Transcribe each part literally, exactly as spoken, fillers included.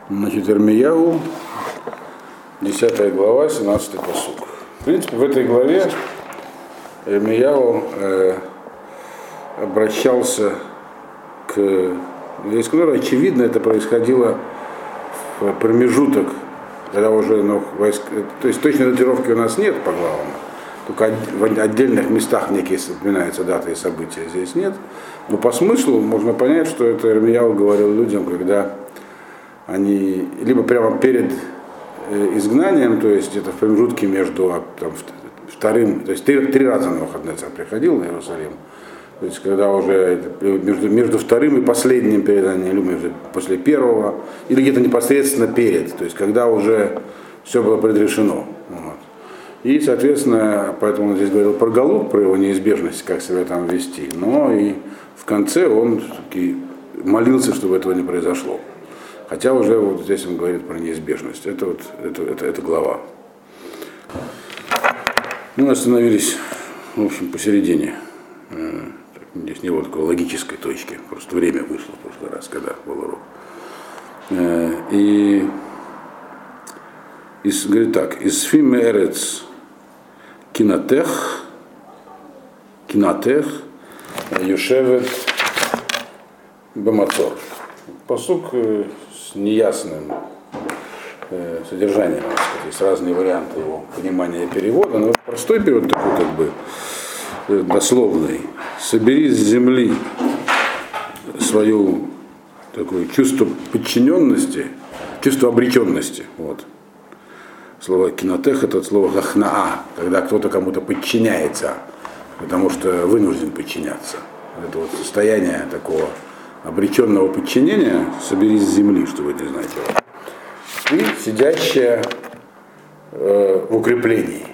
Значит, Ирмияу, десятая глава, семнадцатый пасук. В принципе, в этой главе Ирмияу э, обращался к... Из которой, очевидно, это происходило в промежуток, когда уже ну, войск... То есть точной датировки у нас нет по главам, только в отдельных местах некие упоминаются даты и события, здесь нет. Но по смыслу можно понять, что это Ирмияу говорил людям, когда они либо прямо перед изгнанием, то есть это в промежутке между там, вторым, то есть три, три раза Навуходоносор приходил на Иерусалим, то есть когда уже между, между вторым и последним переданием, или между, после первого, или где-то непосредственно перед, то есть когда уже все было предрешено. Вот. И, соответственно, поэтому он здесь говорил про Галут, про его неизбежность, как себя там вести, но и в конце он все-таки молился, чтобы этого не произошло. Хотя уже вот здесь он говорит про неизбежность. Это вот это, это, это глава. Мы остановились, в общем, посередине. Здесь не было такой логической точки. Просто время вышло в прошлый раз, когда был урок. И из, говорит так, из Фиме Эрец Кинатех Кинатех Юшевет Бамацор. Пасук с неясным э, содержанием, сказать, есть разные варианты его понимания и перевода, но простой перевод такой как бы э, дословный. Собери с земли свою такое чувство подчиненности, чувство обреченности. Вот. Слово кинотех это слово гахнаа, когда кто-то кому-то подчиняется, потому что вынужден подчиняться. Это вот состояние такого обреченного подчинения, собери с земли, чтобы это значило. Ты, сидящая э, в укреплении.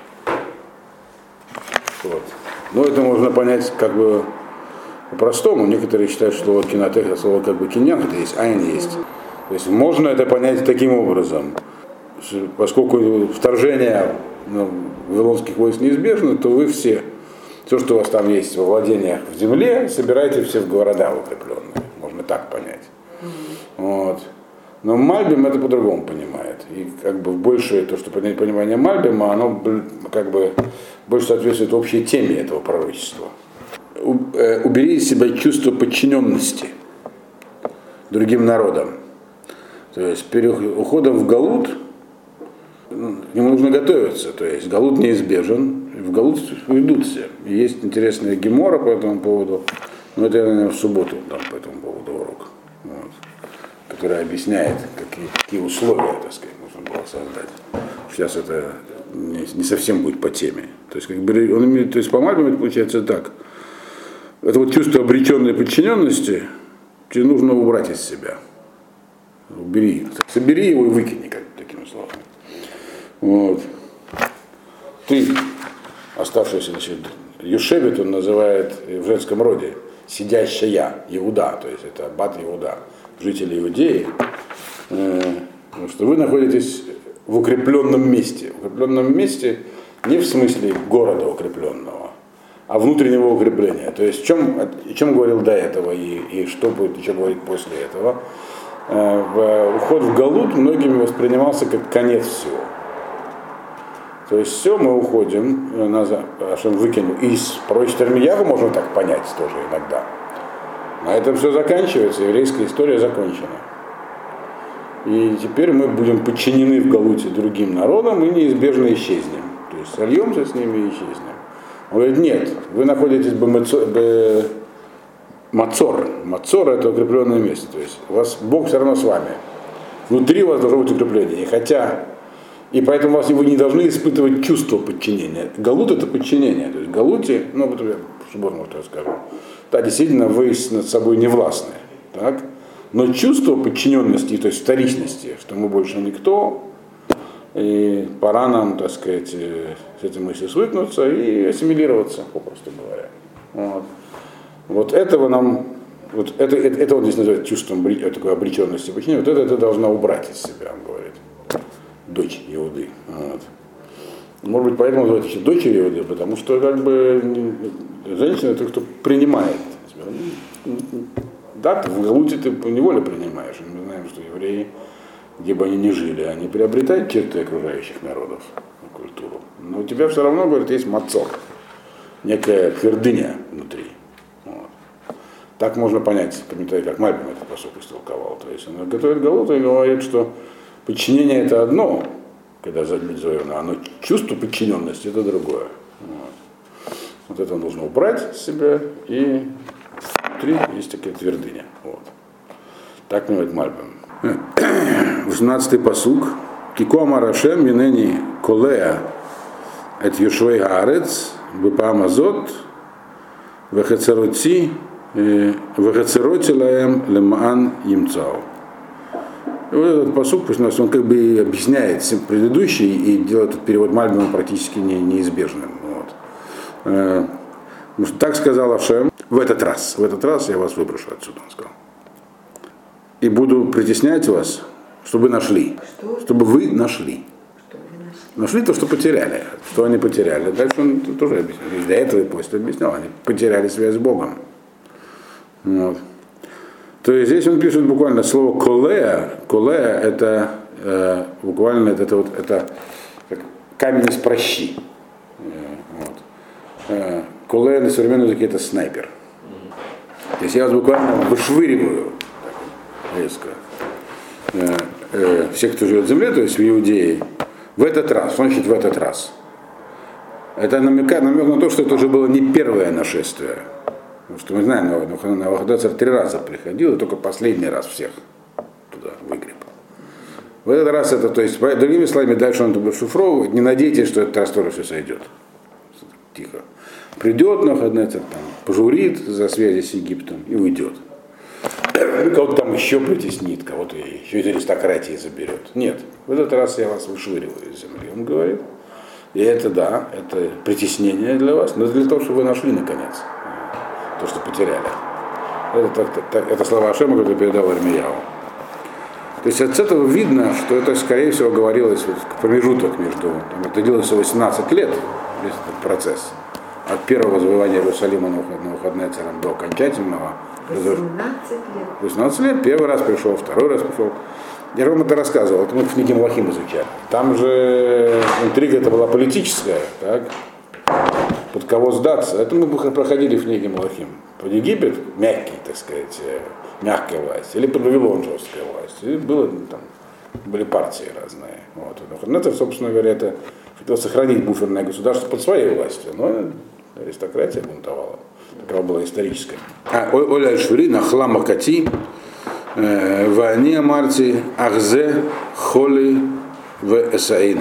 Вот. Но это можно понять как бы по-простому. Некоторые считают, что слово кинотех, это слово как бы киньян, это есть, айн есть. То есть можно это понять таким образом. Поскольку вторжение ну, вавилонских войск неизбежно, то вы все, все, что у вас там есть во владениях в земле, собирайте все в города укрепленные. Можно так понять. Mm-hmm. Вот. Но Мальбим это по-другому понимает. И как бы больше то, что понимание Мальбима, оно как бы больше соответствует общей теме этого пророчества. Убери из себя чувство подчиненности другим народам. То есть перед уходом в Галут к нему нужно готовиться. То есть Галут неизбежен. В Галут уйдут все. И есть интересная гемора по этому поводу, но это я, наверное, в субботу дам по этому поводу урок, вот, который объясняет, какие, какие условия, так сказать, нужно было создать. Сейчас это не, не совсем будет по теме. То есть, как бы, он имеет, то есть по Мальбиму это получается так. Это вот чувство обреченной подчиненности тебе нужно убрать из себя. Убери, собери его и выкини, как такими словами. Вот. Ты оставшийся, значит, Юшевит он называет в женском роде, сидящая Иуда, то есть это Бат Иуда, жители Иудеи, э, потому что вы находитесь в укрепленном месте. В укрепленном месте не в смысле города укрепленного, а внутреннего укрепления. То есть в чем, о чем говорил до этого и, и что будет еще говорить после этого. Э, в, уход в Галут многими воспринимался как конец всего. То есть все, мы уходим назад, что мы выкинем. И из пророчества Ирмияу можно так понять тоже иногда. На этом все заканчивается, еврейская история закончена. И теперь мы будем подчинены в Галуте другим народам и неизбежно исчезнем. То есть сольемся с ними и исчезнем. Он говорит, нет, вы находитесь в Мацор. Мацор это укрепленное место. То есть у вас Бог все равно с вами. Внутри у вас должно быть укрепление. И хотя И поэтому вас, вы не должны испытывать чувство подчинения. Галут это подчинение. То есть в Галуте, ну об этом я в субботу, может, расскажу. Да, действительно, вы над собой не властны. Так? Но чувство подчиненности, то есть вторичности, что мы больше никто, и пора нам, так сказать, с этим мыслью свыкнуться и ассимилироваться, попросту говоря. Вот, вот этого нам, вот это, это, это вот здесь называют чувством такой обреченности подчинения, вот это ты должна убрать из себя, он говорит. Дочь Иуды. Вот. Может быть, поэтому называют еще дочь Иуды, потому что как бы женщина это кто принимает. Да, ты в Галуте ты поневоле принимаешь. Мы знаем, что евреи где бы они ни жили, они приобретают черты окружающих народов, культуру. Но у тебя все равно, говорит, есть мацор, некая твердыня внутри. Вот. Так можно понять, комментарий, как Мальбим этот посок истолковал. То есть он готовит Галут и говорит, что подчинение это одно, когда завоевано, но чувство подчиненности это другое. Вот. Вот это нужно убрать с себя, и внутри есть такая твердыня. Вот. Так понимает Мальбим. восемнадцатый пасук. Кико Марашем Минени Колея Эт Юшвей Гаарец Бепамазот Вехацероти Вехацероти Лаем Лемаан Имцау. И вот этот пасук, он как бы объясняет предыдущий и делает этот перевод Мальбима практически не, неизбежным. Вот. Так сказал Ашем в этот раз. В этот раз я вас выброшу отсюда, он сказал. И буду притеснять вас, чтобы нашли. Что? Чтобы вы нашли. Чтобы вы нашли. Нашли то, что потеряли. Что они потеряли. Дальше он тоже объяснял. Для этого и после объяснял. Они потеряли связь с Богом. Вот. То есть здесь он пишет буквально слово колея. Колея это э, буквально это, это, вот, это как камень из прощи. Вот. Э, колея на современном языке это снайпер. То есть я вас буквально вышвыриваю так, резко. Э, э, всех, кто живет в земле, то есть в Иудее, в этот раз, что значит в этот раз? Это намекает, намек на то, что это уже было не первое нашествие. Потому что мы знаем, Навуходоносор три раза приходил, и только последний раз всех туда выгреб. В этот раз это, то есть, другими словами, дальше он это шифровывает, не надейтесь, что этот раз тоже все сойдет. Тихо. Придет Навуходоносор, там, пожурит за связи с Египтом и уйдет. Кого-то там еще притеснит, кого-то еще из аристократии заберет. Нет, в этот раз я вас вышвыриваю из земли, он говорит. И это да, это притеснение для вас, но для того, чтобы вы нашли наконец то, что потеряли. Это, так, так, это слова Ашема, которые передал Ирмияу. То есть от этого видно, что это, скорее всего, говорилось вот, промежуток между, там, это длилось восемнадцать лет, весь этот процесс, от первого завоевания Иерусалима Навуходоносором до окончательного. восемнадцать лет. восемнадцать лет, первый раз пришел, второй раз пришел. Я вам это рассказывал, это мы в книге Мелахим изучали. Там же интрига это была политическая, так? Под кого сдаться. Это мы проходили в книге Мелахим. Под Египет мягкий, так сказать, мягкая власть, или под Вавилон жесткая власть. И было, там, были партии разные. Вот. Навуходоносор, собственно говоря, это хотел сохранить буферное государство под своей властью, но аристократия бунтовала. Такова была историческая. А, Оля Аль-Швери, Нахла Макати, Вани Марти, Ахзе, Холи, В Эсаину.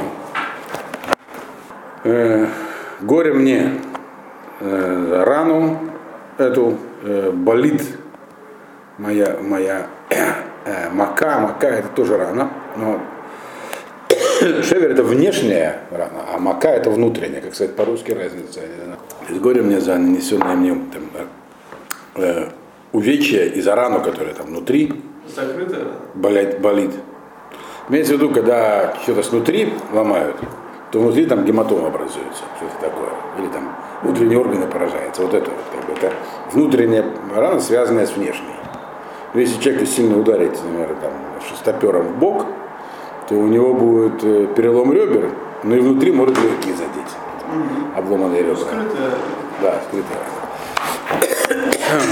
Горе мне, э, рану эту э, болит моя, моя э, мака, мака это тоже рана, но шевер это внешняя рана, а мака это внутренняя, как сказать по-русски разница. То есть горе мне за нанесенное мне там, э, увечья и за рану, которая там внутри болит, болит. Имеется в виду, когда что-то снутри ломают, то внутри там гематома образуется, что-то такое, или там внутренние органы поражаются. Вот это вот, как бы, это внутренняя рана, связанная с внешней. Но если человека сильно ударить, например, там, шестопером в бок, то у него будет э, перелом ребер, но и внутри может легкие задеть. Mm-hmm. Обломанные ребра. Скрытая. Да, скрытая.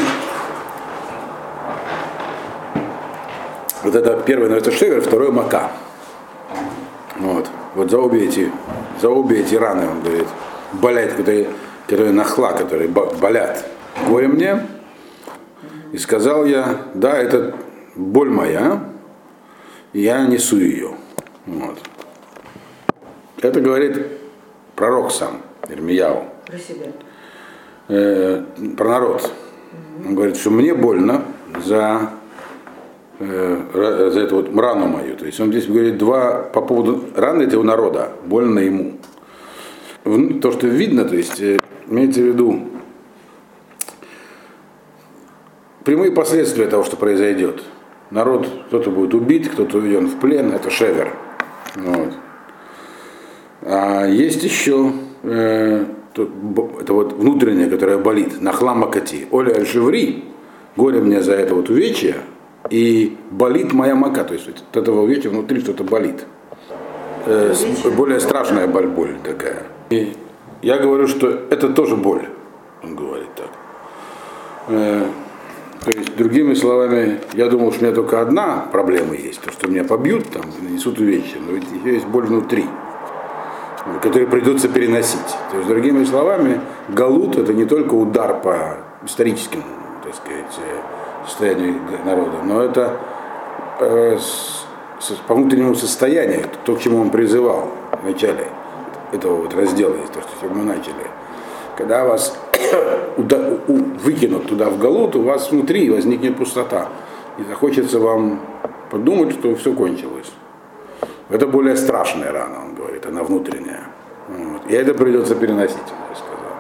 Вот это первое, но это шевер, второе мака. Вот. Вот за обе эти, за обе эти раны, он говорит, болят, которые, которые нахла, которые болят. Горе мне. И сказал я, да, это боль моя, и я несу ее. Вот. Это говорит пророк сам, Ирмияу. Про себя. Э, про народ. Mm-hmm. Он говорит, что мне больно за за эту вот рану мою. То есть он здесь говорит два по поводу раны этого народа, больно ему. То, что видно, то есть имеется в виду прямые последствия того, что произойдет. Народ, кто-то будет убит, кто-то уведен в плен, это шевер. Вот. А есть еще э, то, это вот внутреннее, которое болит, нахла макати. Оля аль-шеври, горе мне за это вот увечье, И болит моя мака, то есть вот от этого, видите, внутри что-то болит. Э, более страшная боль, боль такая. И я говорю, что это тоже боль, он говорит так. Э, то есть, другими словами, я думал, что у меня только одна проблема есть, то, что меня побьют, там, нанесут увечья, но ведь еще есть боль внутри, которую придется переносить. То есть, другими словами, галут — это не только удар по историческим, так сказать, состоянию народа, но это э, с, с, по внутреннему состоянию, то, к чему он призывал в начале этого вот раздела, то, что мы начали. Когда вас выкинут туда в галут, у вас внутри возникнет пустота. И захочется вам подумать, что все кончилось. Это более страшная рана, он говорит, она внутренняя. Вот. И это придется переносить, я сказал.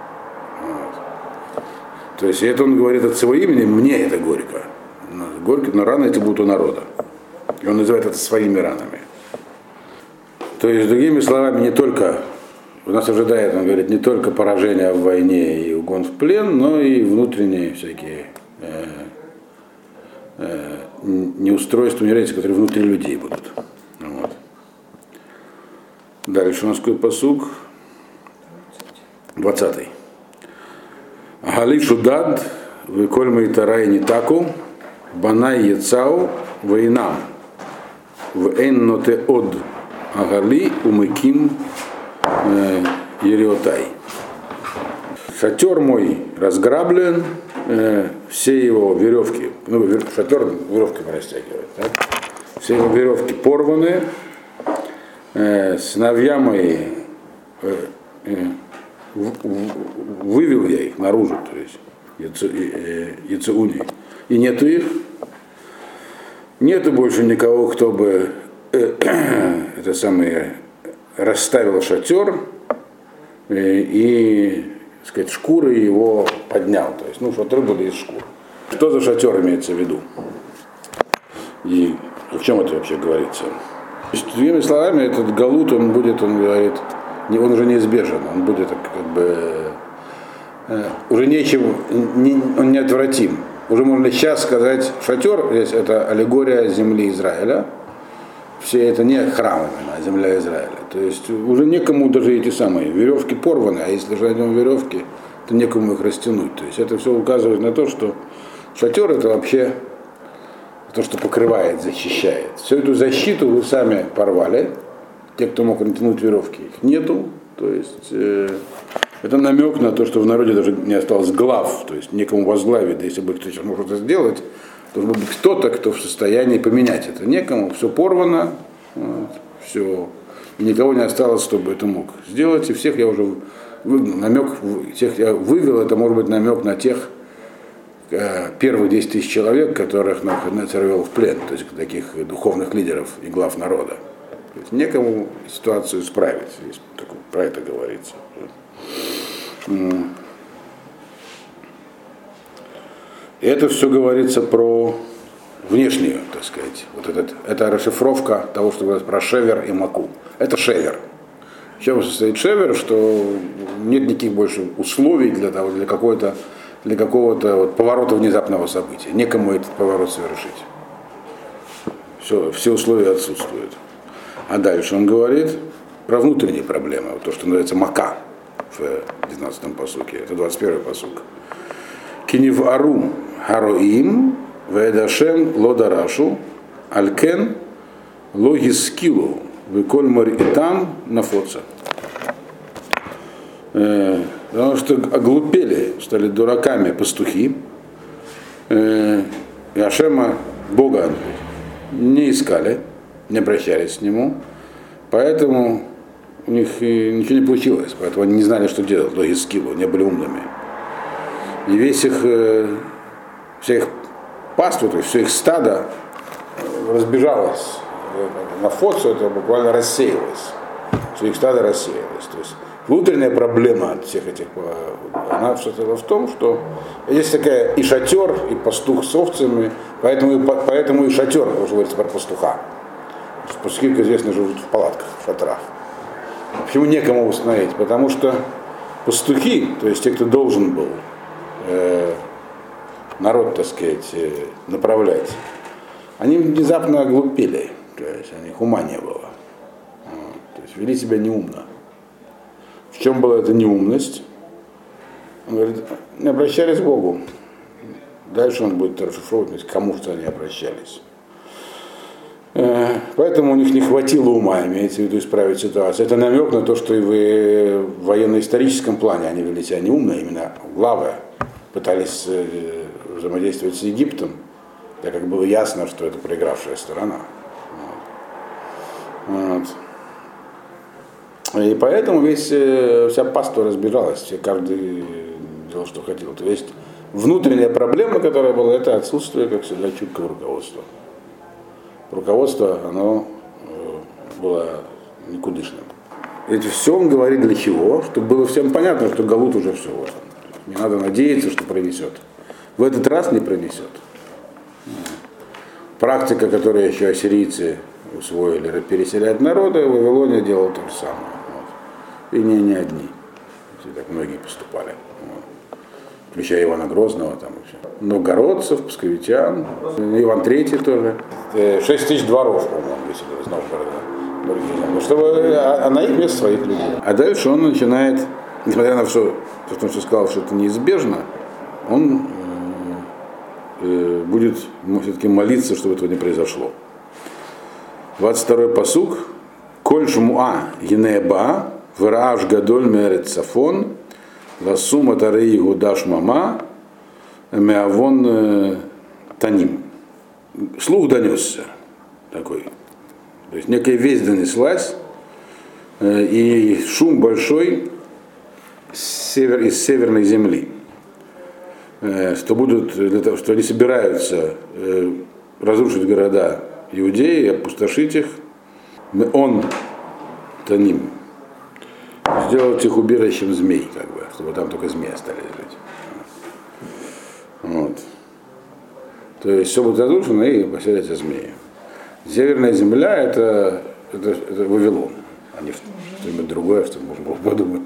Вот. То есть это он говорит от своего имени, мне это горько. Горько, но раны эти будут у народа. И он называет это своими ранами. То есть, другими словами, не только нас ожидает, он говорит, не только поражение в войне и угон в плен, но и внутренние всякие э, э, неустройства, неурядицы, которые внутри людей будут. Вот. Дальше у нас какой пасук? двадцатый. Гали шудад, выколь маитарай нитаку, банай яцау, войнам, в эн ноте од, агали умыким Ериотай. Шатер мой разграблен, э, все его веревки, ну, шатер веревками растягивает, так? Все его веревки порваны, э, сыновья мои, э, э, в, в, вывел я их наружу, то есть Яцеуни, э, и нету их, нету больше никого, кто бы э, это самое расставил шатер и, и так сказать, шкуры его поднял. То есть, ну, шатры были из шкур. Что за шатер имеется в виду? И о чем это вообще говорится? То есть, другими словами, этот галут, он будет, он говорит, не, он уже неизбежен, он будет как бы э, уже нечем, не, он неотвратим. Уже можно сейчас сказать, шатер здесь это аллегория земли Израиля. Все это не храм именно, а земля Израиля. То есть уже некому даже эти самые веревки порваны, а если же найдем веревки, то некому их растянуть. То есть это все указывает на то, что шатер это вообще то, что покрывает, защищает. Всю эту защиту вы сами порвали. Те, кто мог натянуть веревки, их нету. То есть э, это намек на то, что в народе даже не осталось глав, то есть некому возглавить. Да если бы кто-то мог это сделать, должен быть кто-то, кто в состоянии поменять это. Некому, все порвано, вот, все. И никого не осталось, чтобы это мог сделать. И всех я уже выгнал. Намек, всех я вывел, это может быть намек на тех э, первых десять тысяч человек, которых Навуходоносор вел в плен, то есть таких духовных лидеров и глав народа. То есть некому ситуацию исправить, если про это говорится. И это все говорится про внешнюю, так сказать. Вот этот, это расшифровка того, что говорится про шевер и маку. Это шевер. В чем состоит шевер, что нет никаких больше условий для того, для какого-то для какого-то вот поворота внезапного события. Некому этот поворот совершить. Все, все условия отсутствуют. А дальше он говорит про внутренние проблемы, вот то, что называется мака в девятнадцатом пасуке. Это двадцать первый пасук. Кинив ару хароим ведашем лодарашу алькен логискилу выколь маритам нафоца. Потому что оглупели, стали дураками пастухи. И Ашема, Бога, не искали, не обращались к нему. Поэтому у них ничего не получилось. Поэтому они не знали, что делать. Логискилу, не были умными. И весь их, вся их паства, то есть все их стадо разбежалось. На Фоцу это буквально рассеялось. Все их стадо рассеялось. То есть внутренняя проблема от всех этих, она состояла в том, что есть такая и шатер, и пастух с овцами, поэтому, поэтому и шатер, уже говорится про пастуха. Пастухи, как известно, живут в палатках, в шатрах. Почему некому установить? Потому что пастухи, то есть те, кто должен был э, народ, так сказать, направлять, они внезапно оглупели, то есть у них ума не было. Вот. То есть вели себя неумно. В чем была эта неумность? Он говорит, не обращались к Богу. Дальше он будет расшифровывать, к кому что они обращались. Поэтому у них не хватило ума, имеется в виду, исправить ситуацию. Это намек на то, что и в военно-историческом плане они вели себя неумно, именно главы пытались взаимодействовать с Египтом, так как было ясно, что это проигравшая сторона. Вот. И поэтому весь, вся паства разбежалась, все, каждый делал, что хотел. То есть внутренняя проблема, которая была, это отсутствие, как всегда, чуткого руководства. Руководство, оно было никудышным. Это все он говорит для чего? Чтобы было всем понятно, что Галут уже все. Вот. Не надо надеяться, что пронесет. В этот раз не пронесет. Практика, которую еще ассирийцы усвоили, переселять народы, в Вавилоне делал то же самое. Вот. И не, не одни. И так многие поступали. Вот. Включая Ивана Грозного там вообще. Новгородцев, псковитян, Иван Третий тоже. Шесть тысяч дворов, по-моему, выселили из Новгорода. Чтобы, а, а на их место своих людей. А дальше он начинает, несмотря на все, то, что сказал, что это неизбежно, он э, э, будет ну, все-таки молиться, чтобы этого не произошло. двадцать второй пасук. Коль шмуа гинеба, врааж гадоль мерет сафон, ласума тарей гудаш мама, меавон таним. Слух донесся такой. То есть некая весть донеслась, и шум большой с север, из северной земли. Что будут для того, что они собираются разрушить города Иудеи, опустошить их. Он таним. Сделать их убежищем змей, как бы, чтобы там только змеи остались жить. Вот. То есть все будет разрушено и поселятся змеи. Северная земля это, это, это Вавилон, а не что-нибудь другое, что можно было подумать.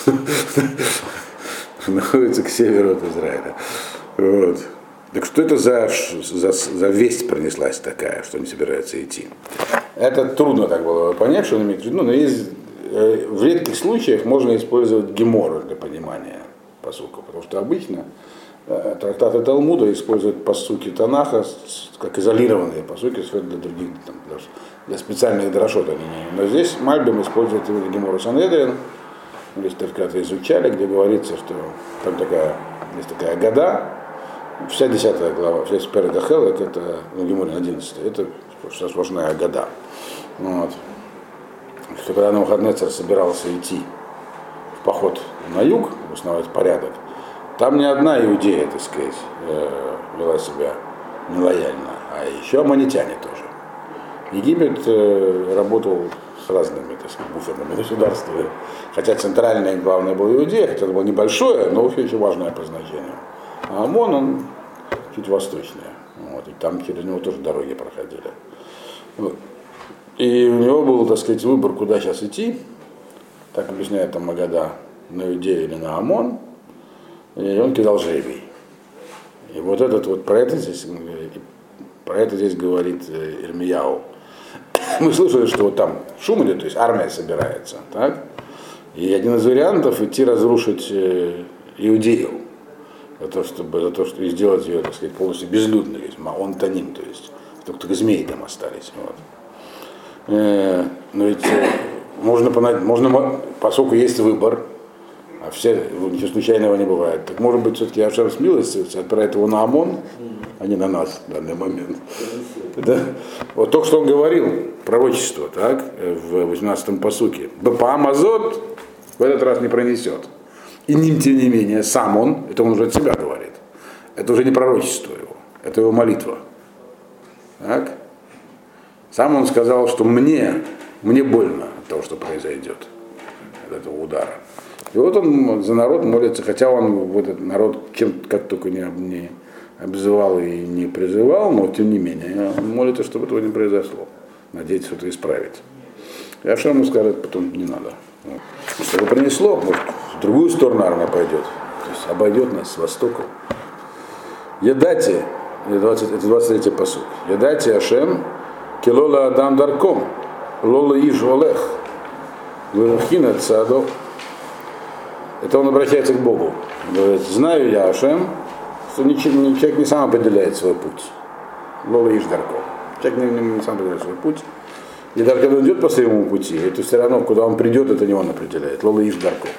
Находится к северу от Израиля. Вот. Так что это за, за, за весть пронеслась такая, что они собираются идти? Это трудно так было понять, что он имеет в виду, но есть, в редких случаях можно использовать гемор для понимания пасука, потому что обычно трактаты Талмуда используют пасуки Танаха как изолированные пасуки для других, там, для, для специальных дрошот. Они не. Но здесь Мальбим использует именно Гемора Санедрин, здесь когда-то изучали, где говорится, что там такая, есть такая года, вся десятая глава, вся Перед Ахел, это, это ну, Геморин одиннадцатый, это сплошная года. Вот. Что когда Навуходоносор собирался идти в поход на юг, установить порядок, там не одна иудея, так сказать, вела себя нелояльно, а еще аммонитяне тоже. Египет работал с разными, так сказать, буферными государствами, хотя центральное и главное было Иудея, хотя это было небольшое, но очень важное по значению. А Амон, он чуть восточнее, вот, и там через него тоже дороги проходили. Вот. И у него был, так сказать, выбор, куда сейчас идти, так объясняет там Магада, на Иудею или на Амон. И он кидал жребий. И вот этот вот про это здесь, про это здесь говорит Ирмияу. Мы слышали, что вот там шум идет, то есть армия собирается, так? И один из вариантов идти разрушить Иудею, за то, чтобы, за то, чтобы сделать ее, так сказать, полностью безлюдной, маон таним, то есть только, только змеи там остались. Вот. Но ведь можно понять, можно, поскольку есть выбор, а все, ничего случайного не бывает. Так может быть, все-таки Ашер смилостивится, отправит его на Амон, а не на нас в данный момент. Да? Вот то, что он говорил, пророчество, так, в восемнадцатом пасуке. Бапаам Азот в этот раз не пронесет. И ним, тем не менее, сам он, это он уже от себя говорит. Это уже не пророчество его, это его молитва. Так? Сам он сказал, что мне, мне больно от того, что произойдет, от этого удара. И вот он за народ молится, хотя он в этот народ чем как только не, не обзывал и не призывал, но тем не менее он молится, чтобы этого не произошло. Надеется что-то исправить. И Ашер ему скажет, потом не надо. Вот. Чтобы принесло, может, в другую сторону армия пойдет. То есть обойдет нас с востока. Едате двадцать, это двадцать третий пасук. Ядайте Ашем, килола адам дарком, лола иш олех, вырахина цадо. Это он обращается к Богу. Он говорит, знаю я Ашем, что человек не сам определяет свой путь. Лола иш дарком. Человек не, не сам определяет свой путь. И даже когда он идет по своему пути, это все равно, куда он придет, это не он определяет. Лола иш дарком.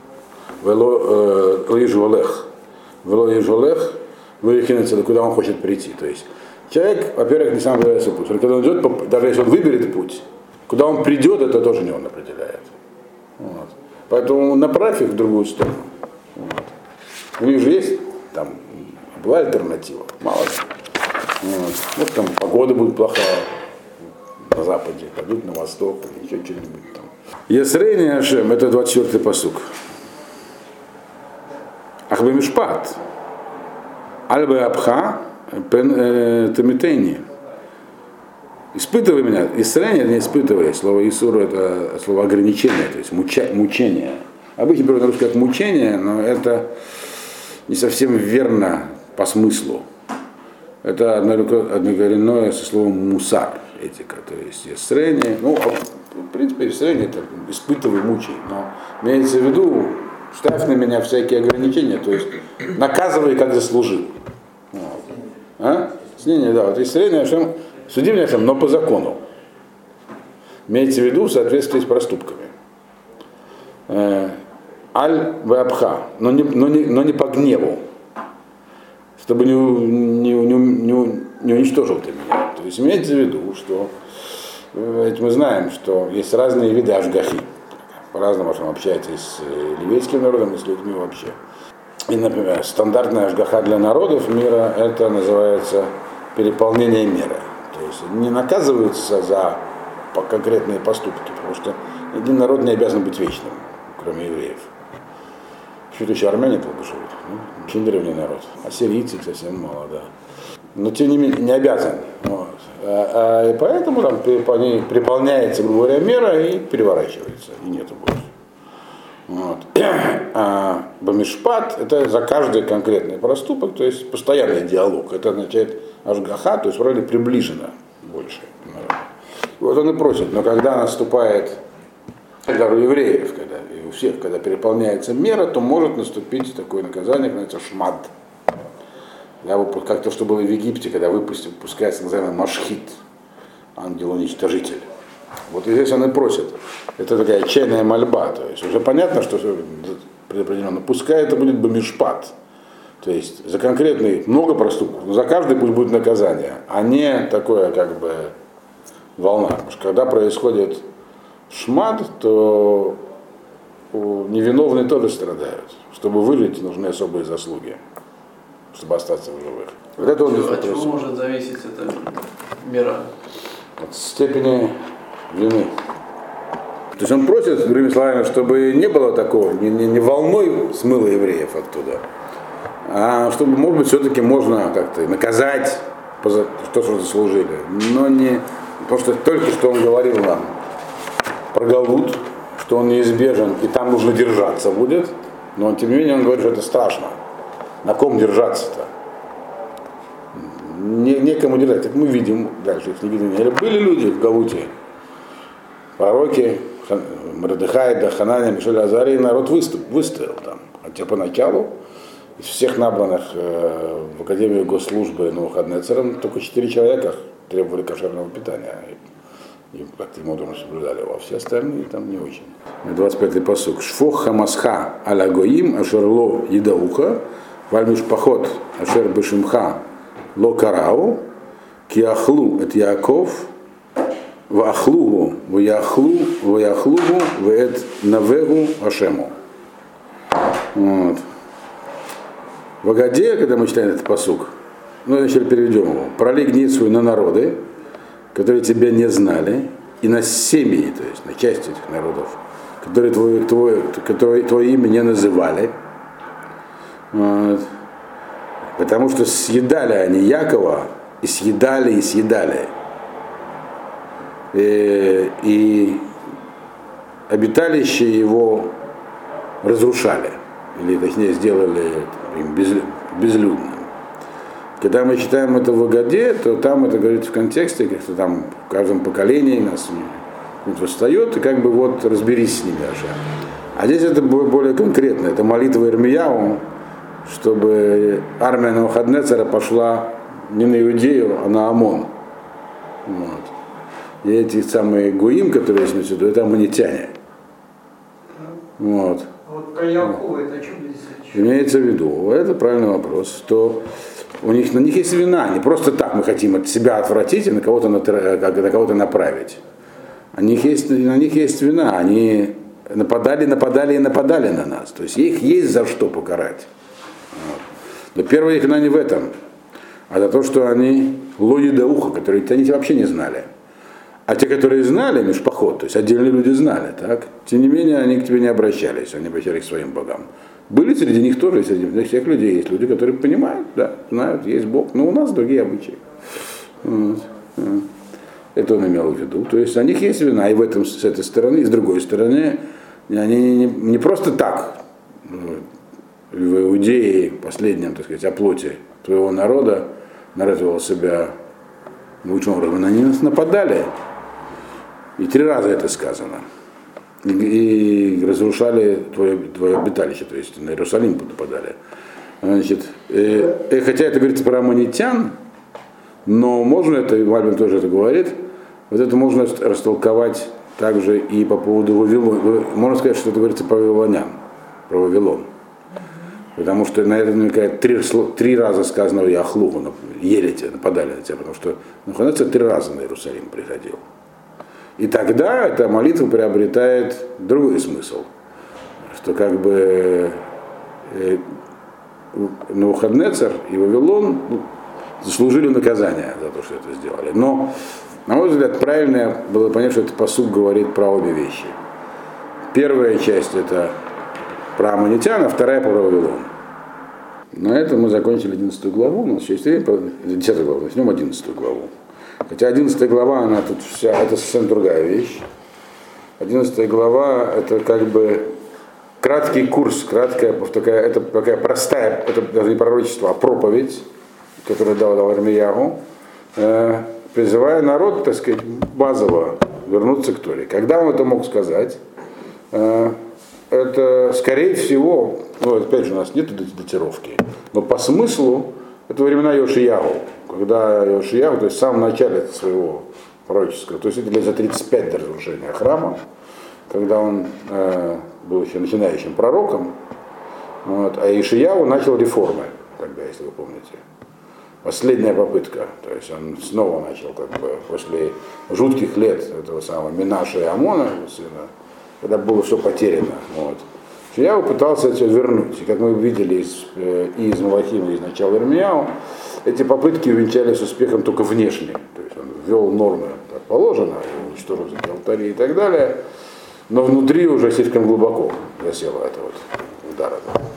Вело иш олех. Вело иш олех. Вырахинется, куда он хочет прийти. То есть человек, во-первых, не сам определяет свой путь. Когда он идет, даже если он выберет путь, куда он придет, это тоже не он определяет. Вот. Поэтому направь их в другую сторону. Вот. У них же есть, там, была альтернатива. Мало ли. Вот. Вот там погода будет плохая на западе, пойдут на восток, или еще что-нибудь там. Есрейни Ашем, это двадцать четвёртый пасук. Ахбемишпат. Альбе Абха Тамитейни. Испытывай меня. Исрение не испытывай. Слово Исура это слово ограничение, то есть муча, мучение. Обычно берут на русский как мучение, но это не совсем верно по смыслу. Это однокоренное со словом мусар, этика, то есть исрение. Ну, в принципе, исрение это испытывай, мучай. Но имеется в виду, ставь на меня всякие ограничения, то есть наказывай, как заслужил. Вот. А? Не, да, вот исцеление, Ашем, суди меня Ашем, но по закону. Имеется в виду в соответствии с проступками. Аль веабха, но не, но, не, но не по гневу, чтобы не, не, не, не, не уничтожил ты меня. То есть имеется в виду, что ведь мы знаем, что есть разные виды ашгахи. По-разному Ашем общается и с ливийским народом, и с людьми вообще. И, например, стандартная ашгаха для народов мира, это называется переполнение меры. То есть не наказываются за конкретные поступки, потому что один народ не обязан быть вечным, кроме евреев. Чуть еще армяне только живут, ну, очень древний народ. Ассирийцы совсем мало, да. Но тем не менее не обязан. Вот. А, а, и поэтому там переполняется, грубо говоря, мера и переворачивается, и нету больше. Вот. А бамишпат это за каждый конкретный проступок, то есть постоянный диалог. Это означает ашгаха, то есть вроде приближено больше. Вот он и просит, но когда наступает, когда у евреев, когда и у всех, когда переполняется мера, то может наступить такое наказание, как называется шмад. Я вот как то, что было в Египте, когда выпустил, выпускается называемый машхит, ангел-уничтожитель. Вот и здесь он и просит. Это такая отчаянная мольба. То есть уже понятно, что предопределенно. Пускай это будет бамишпат. То есть за конкретный много проступков, за каждый пусть будет наказание, а не такое как бы волна. Потому что когда происходит шмат, то невиновные тоже страдают. Чтобы выжить, нужны особые заслуги, чтобы остаться в живых. Вот это он От чего может зависеть эта мера? От степени вины. То есть он просит, другими словами, чтобы не было такого, не, не, не волной смыло евреев оттуда, а чтобы, может быть, все-таки можно как-то наказать за то, что заслужили. Но не. Потому что только что он говорил нам про Галут, что он неизбежен, и там нужно держаться будет. Но тем не менее он говорит, что это страшно. На ком держаться-то? Не, некому держать. Так мы видим, дальше их не видим. Были люди в Галуте, пророки, Мордехай, Хананя, Мишель Азарий, народ выступ, выстоял там. Хотя поначалу из всех набранных э, в Академию Госслужбы Навуходоносором только четыре человека требовали кошерного питания. И, и как-то мудрым соблюдали его, а все остальные там не очень. двадцать пятый пасук. Шфох хамасха аля гоим ашерло едауха, вальмиш пахот ашер бешимха ло карау, киахлу эт Яков, вахлугу, ваяхлу, ваяхлугу, вэт навегу ашему. Вот. В Агаде, когда мы читаем этот пасук, ну, значит, переведем его. Пролей гнев свой на народы, которые тебя не знали, и на семьи, то есть на части этих народов, которые твое, твое, которые твое имя не называли. Вот. Потому что съедали они Якова, и съедали, и съедали. И, и обиталище его разрушали, или точнее сделали им без, безлюдным. Когда мы читаем это в Агаде, то там это говорится в контексте, как-то там в каждом поколении нас восстает, и как бы вот разберись с ними, Аша. А здесь это более конкретно. Это молитва Ирмияу, чтобы армия Навуходоносора пошла не на Иудею, а на Амон. Вот. И эти самые гуим, которые есть в виду, это аммонитяне. Вот. А вот про Якова это о чем здесь речь? Имеется в виду, это правильный вопрос, что у них, на них есть вина, не просто так мы хотим от себя отвратить и на кого-то, на, на кого-то направить. У них есть, на них есть вина, они нападали, нападали и нападали на нас. То есть их есть за что покарать. Вот. Но первая их вина не в этом, а за то, что они лоди до уха, которые они вообще не знали. А те, которые знали, мишпахот, то есть отдельные люди знали, так, тем не менее они к тебе не обращались, они обращались к своим богам. Были среди них тоже, среди всех людей есть люди, которые понимают, да, знают, есть Бог, но у нас другие обычаи. Вот. Это он имел в виду. То есть у них есть вина и в этом, с этой стороны, и с другой стороны, они не, не просто так в Иудее, последнем, так сказать, оплоте твоего народа, народ себя лучшим образом, на них нападали. И три раза это сказано. И, и разрушали твое, твое обиталище, то есть на Иерусалим нападали. Значит, э, э, хотя это говорится про аммонитян, но можно это, и Вальбин тоже это говорит, вот это можно растолковать также и по поводу Вавилона. Можно сказать, что это говорится про вавилонян, про Вавилон. Потому что на это намекает три, три раза сказано Яхлуху, ели тебя, нападали на тебя, потому что Навуходоносор три раза на Иерусалим приходил. И тогда эта молитва приобретает другой смысл, что как бы э, Навуходоносор и Вавилон ну, заслужили наказание за то, что это сделали. Но, на мой взгляд, правильно было понять, что этот пасук говорит про обе вещи. Первая часть это про аммонитян, а вторая про Вавилон. На этом мы закончили одиннадцатую главу, у нас еще есть время, десятую главу, начнем одиннадцатую главу. Хотя одиннадцатая глава, она тут вся, это совсем другая вещь. одиннадцатая глава, это как бы краткий курс, краткая, такая, это такая простая, это даже не пророчество, а проповедь, которую дал, дал Ирмияу, э, призывая народ, так сказать, базово вернуться к Торе. Когда он это мог сказать? Э, это, скорее всего, ну, опять же, у нас нет датировки, но по смыслу это времена Йошияу, когда Йошияу, то есть в самом начале своего пророческого, то есть это лет за тридцать пять до разрушения храма, когда он э, был еще начинающим пророком, вот, а Йошияу начал реформы, тогда, если вы помните. Последняя попытка, то есть он снова начал, как бы, после жутких лет этого самого Минаша и Амона, сына, когда было все потеряно. Вот. Я пытался это вернуть. И как мы видели из, и из Малахима, и из начала Ирмияу, эти попытки увенчались успехом только внешне. То есть он ввел нормы, как положено, уничтожил эти алтари и так далее, но внутри уже слишком глубоко засело это вот удар.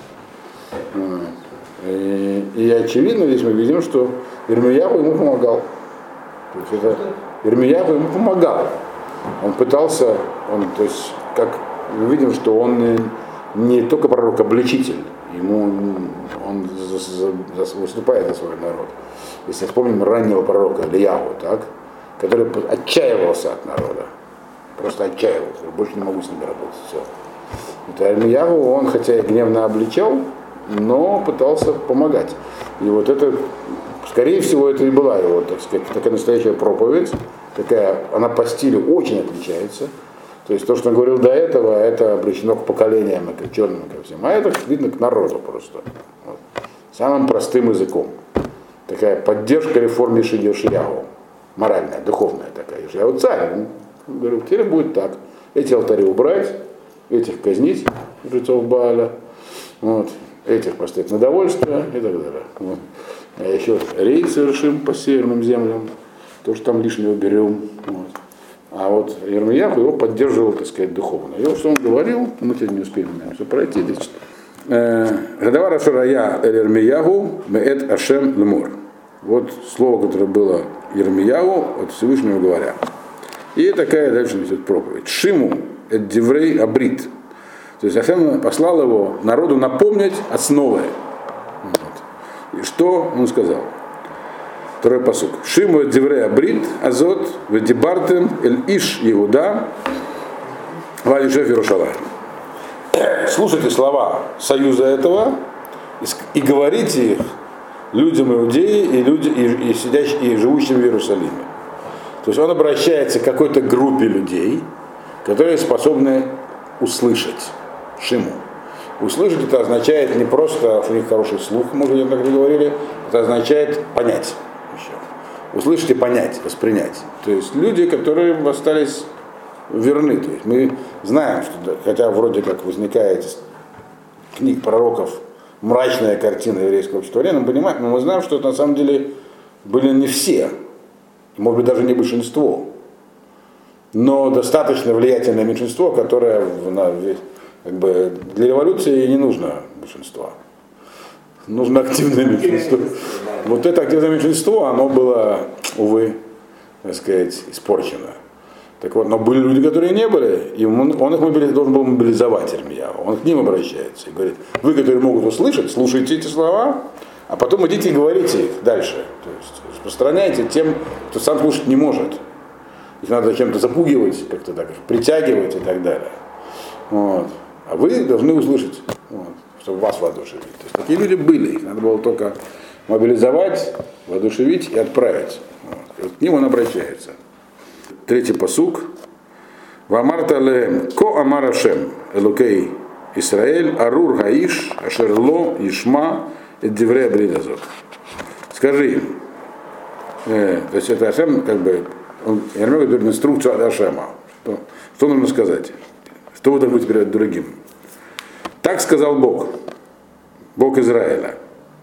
И, и очевидно, здесь мы видим, что Ирмияу ему помогал. То есть это Ирмияу ему помогал. Он пытался, он, то есть, как мы видим, что он не только пророк-обличитель, ему он за, за, за, выступает за свой народ. Если вспомним раннего пророка Ильяву, так, который отчаивался от народа, просто отчаивался, больше не могу с ними работать. Все. Это Ильяву, он хотя и гневно обличал, но пытался помогать. И вот это, скорее всего, это и была его, так сказать, такая настоящая проповедь, такая, она по стилю очень отличается. То есть то, что он говорил до этого, это обращено к поколениям, и к черным, и ко всем. А это видно к народу просто. Вот. Самым простым языком. Такая поддержка реформы Йошияу. Моральная, духовная такая. Йошияу царь. Он говорил, теперь будет так. Эти алтари убрать, этих казнить, жрецов Бааля, вот, этих поставить на довольствие и так далее. Вот. А еще рейд совершим по северным землям, то, что там лишнего берем. Вот. А вот Ирмияу его поддерживал, так сказать, духовно. И вот что он говорил, мы сегодня не успели, наверное, все пройти. Гадавара Шарая Ирмияу Меэт Ашем Лемор. Вот слово, которое было Ирмияу от Всевышнего говоря. И такая дальше несет проповедь. Шиму эт Диврей Абрит. То есть Ашем послал его народу напомнить основы. Вот. И что он сказал? Второй пасук. Шиму диврея брит азот ведибартем эль иш Иуда валишев Иерушалаим. Слушайте слова союза этого и, и говорите их людям Иудеи и, люди, и, и, сидящим, и живущим в Иерусалиме. То есть он обращается к какой-то группе людей, которые способны услышать. Шиму. Услышать это означает не просто, что у них хороший слух, мы уже как говорили, это означает понять. Еще. Услышать и понять, воспринять. То есть люди, которые остались верны. То есть мы знаем, что хотя вроде как возникает из книг пророков мрачная картина еврейского общества, но мы, понимаем, но мы знаем, что это на самом деле были не все, может быть даже не большинство, но достаточно влиятельное меньшинство, которое на, как бы, для революции не нужно большинство. Нужно активное меньшинство. Вот это активное меньшинство, оно было, увы, так сказать, испорчено. Так вот, но были люди, которые не были, и он, он их мобили, должен был мобилизовать Ирмияу. Он к ним обращается и говорит: вы, которые могут услышать, слушайте эти слова, а потом идите и говорите их дальше. То есть распространяйте тем, кто сам слушать не может. Их надо чем-то запугивать, как-то так, притягивать и так далее. Вот. А вы должны услышать, вот, чтобы вас воодушевить. То есть такие люди были, их надо было только мобилизовать, воодушевить и отправить. Вот. И вот к ним он обращается. Третий пасук. Вамарта леем ко амар Ашем элокей Исраэль арур гаиш ашерло ишма эд диврея брит азот. Скажи им, э, то есть это Ашем, как бы, он, Ирмияу говорит инструкцию от Ашема. Что, что нужно сказать? Что вы должны передать другим? Так сказал Бог, Бог Израиля.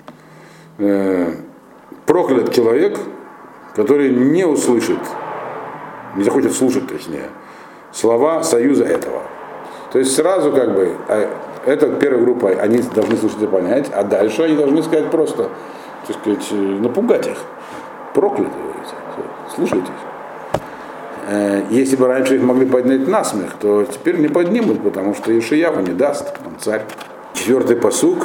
Э, проклят человек, который не услышит, не захочет слушать, точнее, слова союза этого. То есть сразу как бы, эта первая группа, они должны слушать и понять, а дальше они должны сказать просто, так сказать, напугать их. Прокляты, слушайтесь. Если бы раньше их могли поднять насмех, то теперь не поднимут, потому что Ишияху не даст, он царь. Четвертый пасук.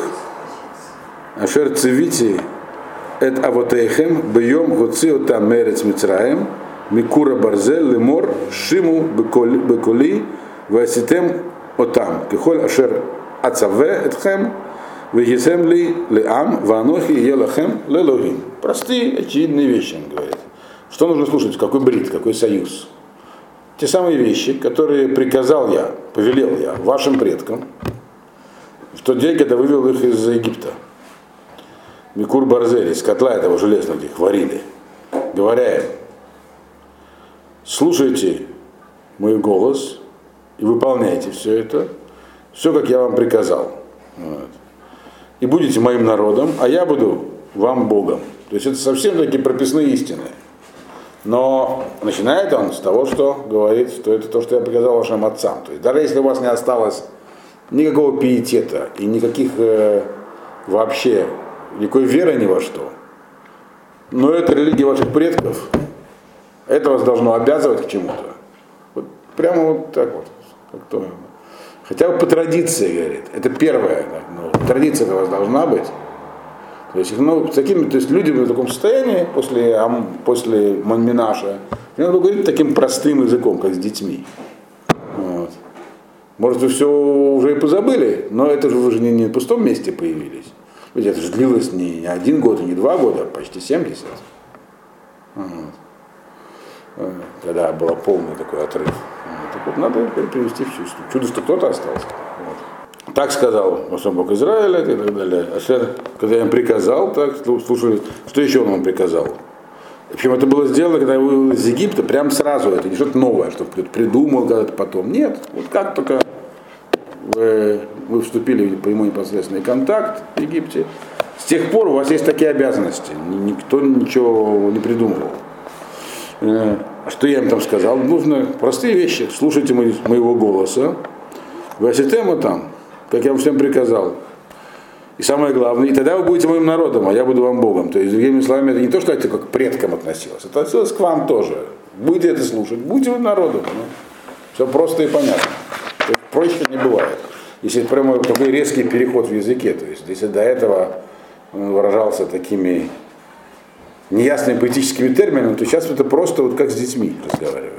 Ашер цивити эт авотейхем бьем гоциота мерец мицраем микура барзель лемор шиму беколи васитем отам кихоль ашер ацаве этхем вегисем ли леам ванохи елахем лелогим. Простые, очевидные вещи, он говорит. Что нужно слушать? Какой брит, какой союз? Те самые вещи, которые приказал я, повелел я вашим предкам в тот день, когда вывел их из Египта. Микур Барзель, из котла этого железного, где их варили, говоря им: слушайте мой голос и выполняйте все это, все, как я вам приказал. Вот. И будете моим народом, а я буду вам Богом. То есть это совсем такие прописные истины. Но начинает он с того, что говорит, что это то, что я приказал вашим отцам. То есть даже если у вас не осталось никакого пиетета и никаких э, вообще, никакой веры ни во что, но это религия ваших предков, это вас должно обязывать к чему-то. Вот прямо вот так вот. Как-то, хотя бы по традиции, говорит. Это первое. Ну, традиция у вас должна быть. То есть, ну, с такими, то есть люди в таком состоянии после, после Манминаша, не надо говорить таким простым языком, как с детьми. Вот. Может, вы все уже и позабыли, но это же вы же не, не в пустом месте появились. Ведь это же длилось не, не один год, не два года, а почти семьдесят. Вот. Когда был полный такой отрыв. Вот. Так вот, надо привести в чувство. Чудо, что кто-то остался. Вот. Так сказал Господь Бог Израиля и так далее. А когда я им приказал, так слушали, что еще он вам приказал. Причем это было сделано, когда я вывел из Египта, прям сразу. Это не что-то новое, что придумал когда-то потом. Нет, вот как только вы, вы вступили по ему непосредственный контакт в Египте, с тех пор у вас есть такие обязанности. Никто ничего не придумывал. Что я им там сказал? Нужно простые вещи. Слушайте моего голоса. Васитема там, как я вам всем приказал. И самое главное, и тогда вы будете моим народом, а я буду вам Богом. То есть, другими словами, это не то, что это как к предкам относилось, это относилось к вам тоже. Будете это слушать, будете вы народом. Ну, все просто и понятно. Проще не бывает. Если прямо такой резкий переход в языке, то есть, если до этого он выражался такими неясными поэтическими терминами, то сейчас это просто вот как с детьми разговаривать.